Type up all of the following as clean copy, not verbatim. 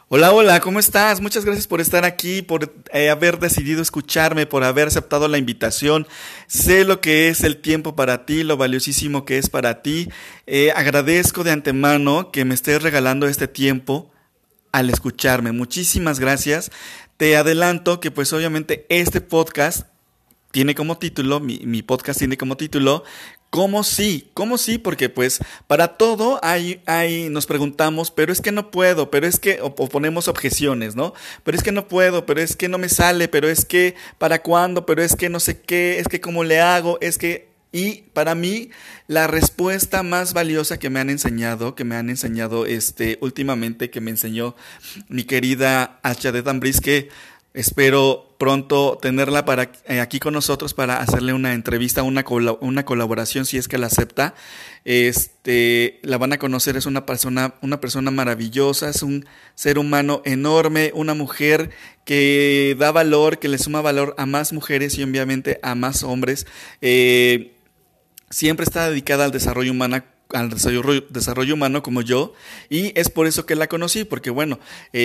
Hola, hola, ¿cómo estás? Muchas gracias por estar aquí, por haber decidido escucharme, por haber aceptado la invitación. Sé lo que es el tiempo para ti, lo valiosísimo que es para ti. Agradezco de antemano que me estés regalando este tiempo al escucharme. Muchísimas gracias. Te adelanto que pues obviamente este podcast tiene como título, mi podcast tiene como título, ¿cómo sí? ¿Cómo sí? Porque pues para todo nos preguntamos, pero es que no puedo, pero es que, o ponemos objeciones, ¿no? Pero es que no puedo, pero es que no me sale, pero es que, ¿para cuándo? Pero es que no sé qué, es que cómo le hago, es que... Y para mí, la respuesta más valiosa que me han enseñado, últimamente, que me enseñó mi querida Achadet Ambriz, que espero pronto tenerla aquí con nosotros para hacerle una entrevista, una colaboración, si es que la acepta. La van a conocer, es una persona maravillosa, es un ser humano enorme, una mujer que da valor, que le suma valor a más mujeres y obviamente a más hombres. Siempre está dedicada al desarrollo desarrollo humano como yo, y es por eso que la conocí, porque bueno,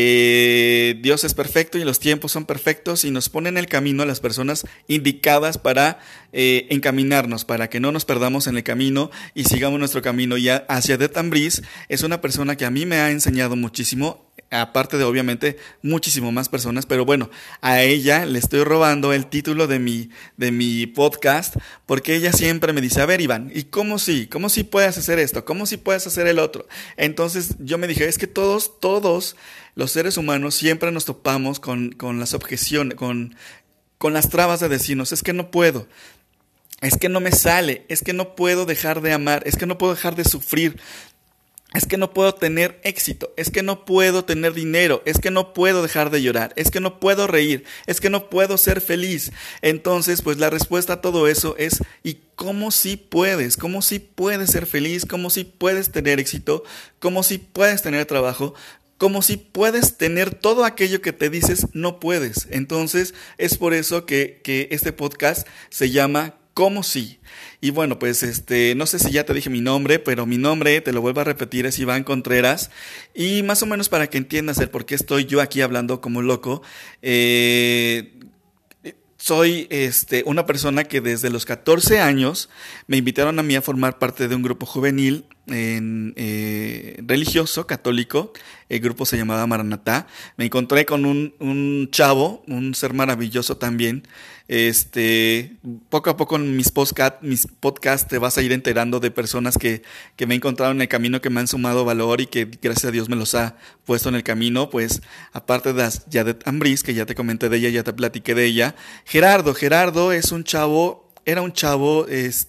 Dios es perfecto y los tiempos son perfectos y nos pone en el camino a las personas indicadas para encaminarnos, para que no nos perdamos en el camino y sigamos nuestro camino. Y Achadet Ambriz es una persona que a mí me ha enseñado muchísimo, aparte de obviamente muchísimo más personas, pero bueno, a ella le estoy robando el título de mi podcast, porque ella siempre me dice, a ver, Iván, ¿y cómo sí puedes hacer esto? ¿Cómo sí puedes hacer el otro? Entonces yo me dije, es que todos los seres humanos siempre nos topamos con las objeciones, con las trabas de decirnos, es que no puedo. Es que no me sale, es que no puedo dejar de amar, es que no puedo dejar de sufrir, es que no puedo tener éxito, es que no puedo tener dinero, es que no puedo dejar de llorar, es que no puedo reír, es que no puedo ser feliz. Entonces, pues la respuesta a todo eso es, ¿y cómo sí puedes? ¿Cómo sí puedes ser feliz? ¿Cómo sí puedes tener éxito? ¿Cómo sí puedes tener trabajo? ¿Cómo si puedes tener todo aquello que te dices no puedes? Entonces, es por eso que este podcast se llama ¿Cómo sí? Y bueno, pues no sé si ya te dije mi nombre, pero mi nombre, te lo vuelvo a repetir, es Iván Contreras. Y más o menos para que entiendas el por qué estoy yo aquí hablando como loco, soy una persona que desde los 14 años me invitaron a mí a formar parte de un grupo juvenil religioso, católico. El grupo se llamaba Maranatá. Me encontré con un chavo, un ser maravilloso también. Poco a poco en mis podcasts te vas a ir enterando de personas que me he encontrado en el camino, que me han sumado valor y que gracias a Dios me los ha puesto en el camino. Pues aparte de Achadet Ambriz, que ya te comenté de ella, ya te platiqué de ella. Gerardo era un chavo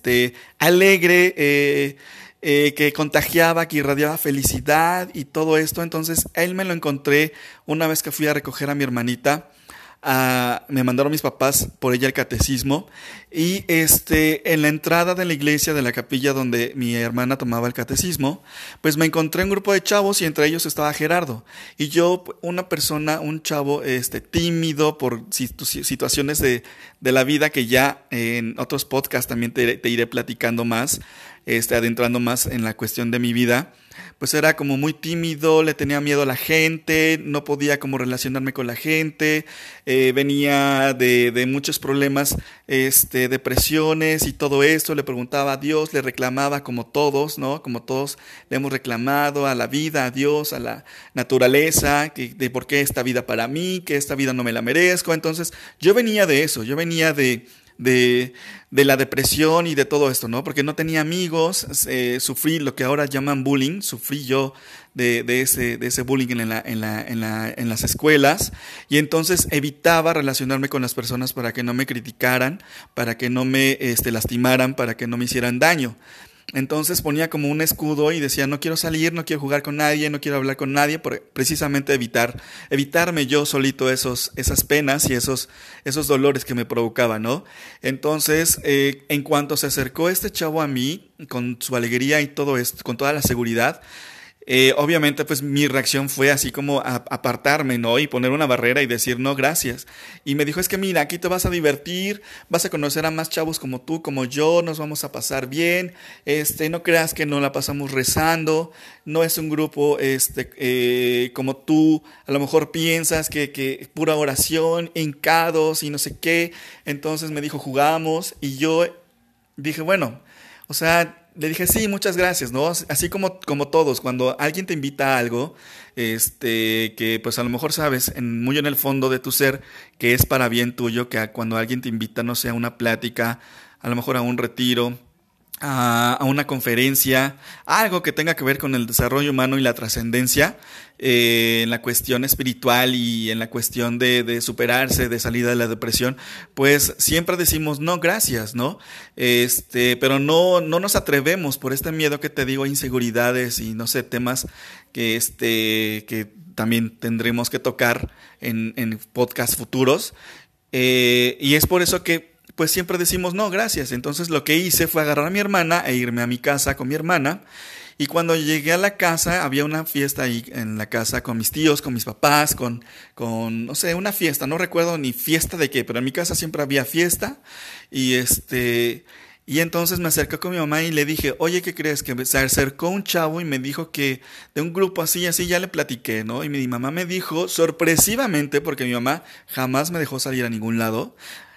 alegre, que contagiaba, que irradiaba felicidad y todo esto. Entonces él me lo encontré una vez que fui a recoger a mi hermanita. Me mandaron mis papás por ella el catecismo, y en la entrada de la iglesia, de la capilla donde mi hermana tomaba el catecismo, pues me encontré un grupo de chavos y entre ellos estaba Gerardo. Y yo, un chavo tímido por situaciones de la vida, que ya en otros podcasts también te iré platicando más, adentrando más en la cuestión de mi vida. Pues era como muy tímido, le tenía miedo a la gente, no podía como relacionarme con la gente, venía de muchos problemas, depresiones y todo esto. Le preguntaba a Dios, le reclamaba como todos, ¿no? Como todos le hemos reclamado a la vida, a Dios, a la naturaleza, de por qué esta vida para mí, que esta vida no me la merezco. Entonces yo venía de eso, yo venía de la depresión y de todo esto, ¿no? Porque no tenía amigos, sufrí lo que ahora llaman bullying, sufrí yo de ese bullying en las escuelas, y entonces evitaba relacionarme con las personas para que no me criticaran, para que no me lastimaran, para que no me hicieran daño. Entonces ponía como un escudo y decía, no quiero salir, no quiero jugar con nadie, no quiero hablar con nadie, por precisamente evitarme yo solito esas penas y esos dolores que me provocaban, ¿no? Entonces, en cuanto se acercó este chavo a mí, con su alegría y todo esto, con toda la seguridad, Obviamente, pues mi reacción fue así como apartarme, ¿no? Y poner una barrera y decir, no, gracias. Y me dijo, es que mira, aquí te vas a divertir, vas a conocer a más chavos como tú, como yo, nos vamos a pasar bien, no creas que no la pasamos rezando, no es un grupo, como tú a lo mejor piensas que pura oración, hincados y no sé qué. Entonces me dijo, jugamos, y yo dije, bueno, o sea, le dije, sí, muchas gracias, ¿no? Así como todos, cuando alguien te invita a algo, que pues a lo mejor sabes, muy en el fondo de tu ser, que es para bien tuyo, que cuando alguien te invita, no sé, a una plática, a lo mejor a un retiro, a una conferencia, algo que tenga que ver con el desarrollo humano y la trascendencia, en la cuestión espiritual y en la cuestión de superarse, de salida de la depresión, pues siempre decimos no, gracias, ¿no? Pero no nos atrevemos por este miedo que te digo, inseguridades y no sé, temas que también tendremos que tocar en podcasts futuros. Y es por eso que pues siempre decimos no, gracias. Entonces lo que hice fue agarrar a mi hermana e irme a mi casa con mi hermana. Y cuando llegué a la casa, había una fiesta ahí en la casa con mis tíos, con mis papás, no sé, una fiesta. No recuerdo ni fiesta de qué, pero en mi casa siempre había fiesta. Y y entonces me acerqué con mi mamá y le dije, oye, ¿qué crees? Que se acercó un chavo y me dijo que de un grupo así, así, ya le platiqué, ¿no? Y mi mamá me dijo, sorpresivamente, porque mi mamá jamás me dejó salir a ningún lado,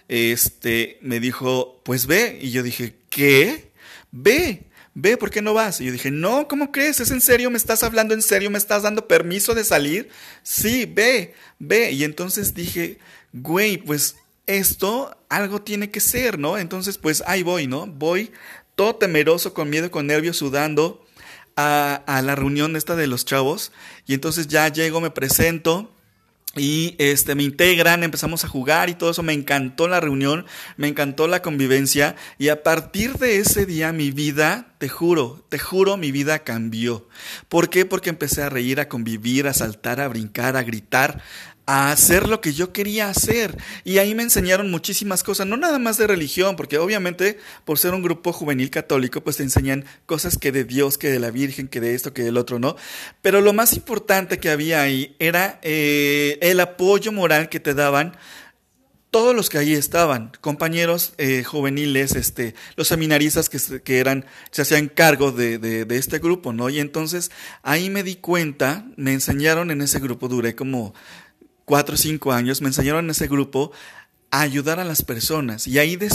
me dijo, pues ve. Y yo dije, ¿qué? Ve, ¿por qué no vas? Y yo dije, no, ¿cómo crees? ¿Es en serio? ¿Me estás hablando en serio? ¿Me estás dando permiso de salir? Sí, ve. Y entonces dije, güey, pues esto algo tiene que ser, ¿no? Entonces, pues ahí voy, ¿no? Voy todo temeroso, con miedo, con nervios, sudando a la reunión esta de los chavos. Y entonces ya llego, me presento. Y me integran, empezamos a jugar y todo eso. Me encantó la reunión, me encantó la convivencia. Y a partir de ese día mi vida, te juro, mi vida cambió. ¿Por qué? Porque empecé a reír, a convivir, a saltar, a brincar, a gritar, a hacer lo que yo quería hacer. Y ahí me enseñaron muchísimas cosas, no nada más de religión, porque obviamente por ser un grupo juvenil católico, pues te enseñan cosas que de Dios, que de la Virgen, que de esto, que del otro, ¿no? Pero lo más importante que había ahí era el apoyo moral que te daban todos los que ahí estaban, compañeros juveniles, los seminaristas que se hacían cargo de este grupo, ¿no? Y entonces ahí me di cuenta, me enseñaron en ese grupo, duré como 4 o 5 años, me enseñaron en ese grupo a ayudar a las personas. Y ahí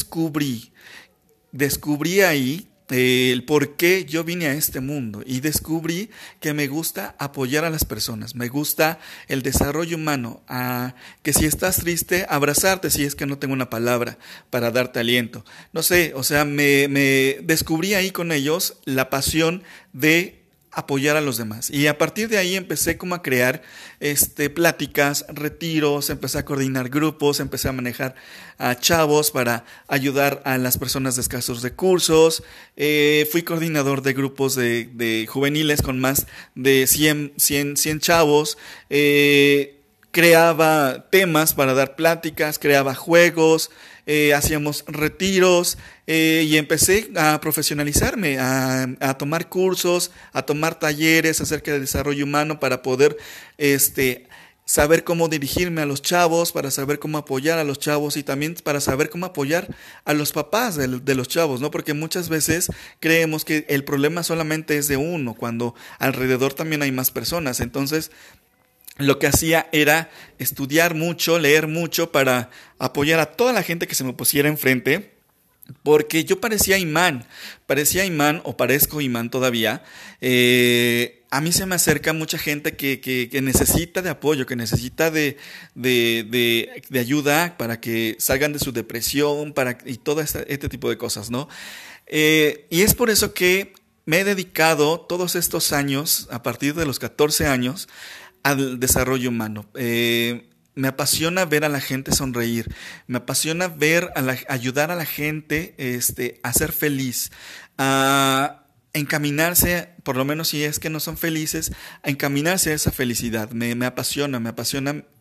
descubrí ahí el por qué yo vine a este mundo. Y descubrí que me gusta apoyar a las personas, me gusta el desarrollo humano, que si estás triste, abrazarte si es que no tengo una palabra para darte aliento. No sé, o sea, me descubrí ahí con ellos la pasión de apoyar a los demás. Y a partir de ahí empecé como a crear pláticas, retiros, empecé a coordinar grupos, empecé a manejar a chavos para ayudar a las personas de escasos recursos. Fui coordinador de grupos de juveniles con más de 100 chavos. Creaba temas para dar pláticas, creaba juegos, hacíamos retiros, y empecé a profesionalizarme, a tomar cursos, a tomar talleres acerca de desarrollo humano para poder saber cómo dirigirme a los chavos, para saber cómo apoyar a los chavos y también para saber cómo apoyar a los papás de los chavos, ¿no? Porque muchas veces creemos que el problema solamente es de uno, cuando alrededor también hay más personas. Entonces, lo que hacía era estudiar mucho, leer mucho para apoyar a toda la gente que se me pusiera enfrente, porque yo parecía imán o parezco imán todavía. A mí se me acerca mucha gente que necesita de apoyo, que necesita de ayuda para que salgan de su depresión y todo este tipo de cosas, ¿no? Y es por eso que me he dedicado todos estos años, a partir de los 14 años, al desarrollo humano. Me apasiona ver a la gente sonreír, me apasiona ayudar a la gente a ser feliz, a encaminarse, por lo menos si es que no son felices, a encaminarse a esa felicidad. Me apasiona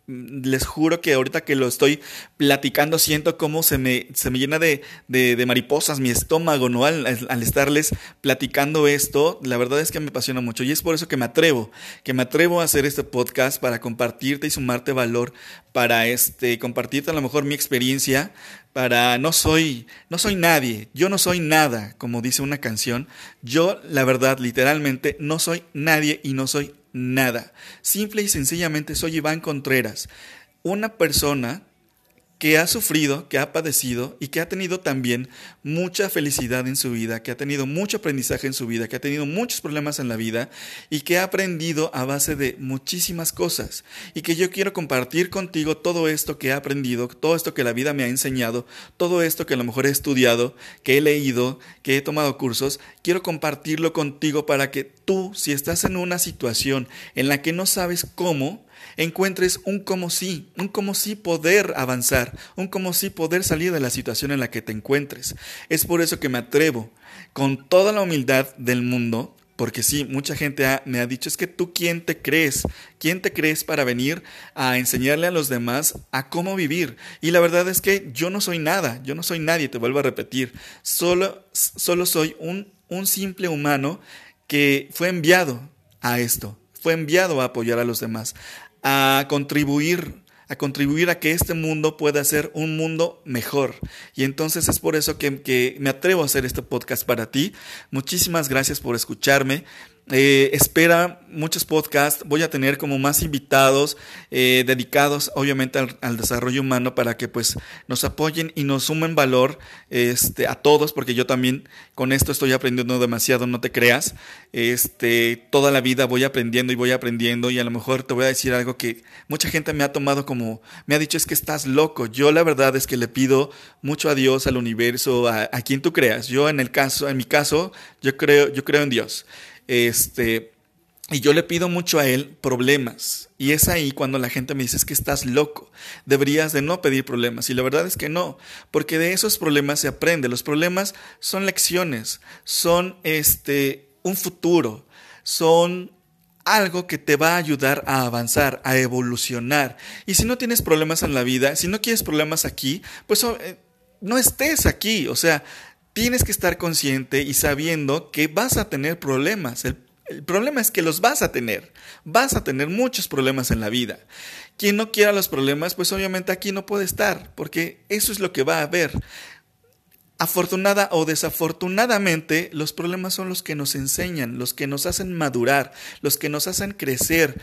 Les juro que ahorita que lo estoy platicando siento cómo se me llena de mariposas mi estómago, ¿no? Al estarles platicando esto, la verdad es que me apasiona mucho y es por eso que me atrevo a hacer este podcast para compartirte y sumarte valor, para compartirte a lo mejor mi experiencia, para no soy nadie, yo no soy nada, como dice una canción. Yo, la verdad, literalmente, no soy nadie y no soy nada. Simple y sencillamente soy Iván Contreras, una persona que ha sufrido, que ha padecido y que ha tenido también mucha felicidad en su vida, que ha tenido mucho aprendizaje en su vida, que ha tenido muchos problemas en la vida y que ha aprendido a base de muchísimas cosas. Y que yo quiero compartir contigo todo esto que he aprendido, todo esto que la vida me ha enseñado, todo esto que a lo mejor he estudiado, que he leído, que he tomado cursos. Quiero compartirlo contigo para que tú, si estás en una situación en la que no sabes cómo, encuentres un cómo sí poder avanzar, un cómo sí poder salir de la situación en la que te encuentres. Es por eso que me atrevo, con toda la humildad del mundo, porque sí, mucha gente me ha dicho, es que tú ¿quién te crees? ¿Quién te crees para venir a enseñarle a los demás a cómo vivir? Y la verdad es que yo no soy nada, yo no soy nadie, te vuelvo a repetir, solo soy un simple humano que fue enviado a esto, fue enviado a apoyar a los demás, a contribuir a que este mundo pueda ser un mundo mejor. Y entonces es por eso que me atrevo a hacer este podcast para ti. Muchísimas gracias por escucharme. Espera muchos podcasts, voy a tener como más invitados dedicados obviamente al desarrollo humano para que pues nos apoyen y nos sumen valor a todos, porque yo también con esto estoy aprendiendo demasiado, no te creas. Toda la vida voy aprendiendo y a lo mejor te voy a decir algo que mucha gente me ha tomado como, me ha dicho es que estás loco. Yo la verdad es que le pido mucho a Dios, al universo, a quien tú creas. Yo en mi caso, yo creo en Dios. Y yo le pido mucho a él problemas. Y es ahí cuando la gente me dice, es que estás loco, deberías de no pedir problemas. Y la verdad es que no, porque de esos problemas se aprende. Los problemas son lecciones, son un futuro, son algo que te va a ayudar a avanzar, a evolucionar. Y si no tienes problemas en la vida, si no quieres problemas aquí, pues no estés aquí. O sea, tienes que estar consciente y sabiendo que vas a tener problemas. El problema es que los vas a tener muchos problemas en la vida. Quien no quiera los problemas, pues obviamente aquí no puede estar, porque eso es lo que va a haber. Afortunada o desafortunadamente, los problemas son los que nos enseñan, los que nos hacen madurar, los que nos hacen crecer.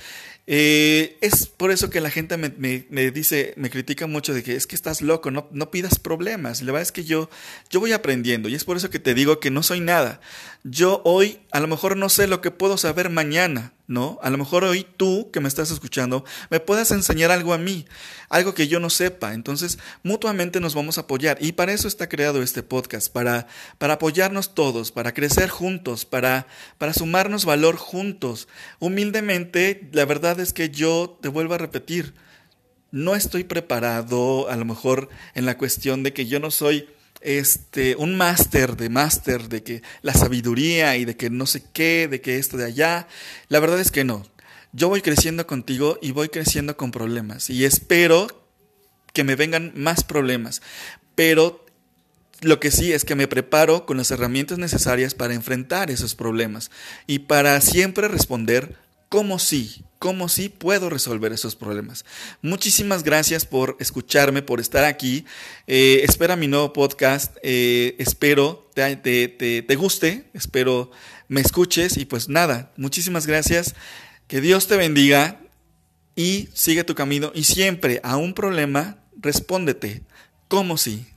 Es por eso que la gente me dice, me critica mucho de que es que estás loco, no pidas problemas. La verdad es que yo voy aprendiendo y es por eso que te digo que no soy nada. Yo hoy a lo mejor no sé lo que puedo saber mañana, ¿no? A lo mejor hoy tú que me estás escuchando me puedas enseñar algo a mí, algo que yo no sepa. Entonces mutuamente nos vamos a apoyar y para eso está creado este podcast, para apoyarnos todos, para crecer juntos, para sumarnos valor juntos. Humildemente, la verdad es que yo te vuelvo a repetir, no estoy preparado a lo mejor en la cuestión de que yo no soy un máster de que la sabiduría y de que no sé qué, de que esto de allá. La verdad es que no. Yo voy creciendo contigo y voy creciendo con problemas y espero que me vengan más problemas, pero lo que sí es que me preparo con las herramientas necesarias para enfrentar esos problemas y para siempre responder cómo sí puedo resolver esos problemas. Muchísimas gracias por escucharme, por estar aquí. Espera mi nuevo podcast. Espero te guste, espero me escuches y pues nada, muchísimas gracias. Que Dios te bendiga y sigue tu camino y siempre a un problema respóndete cómo sí.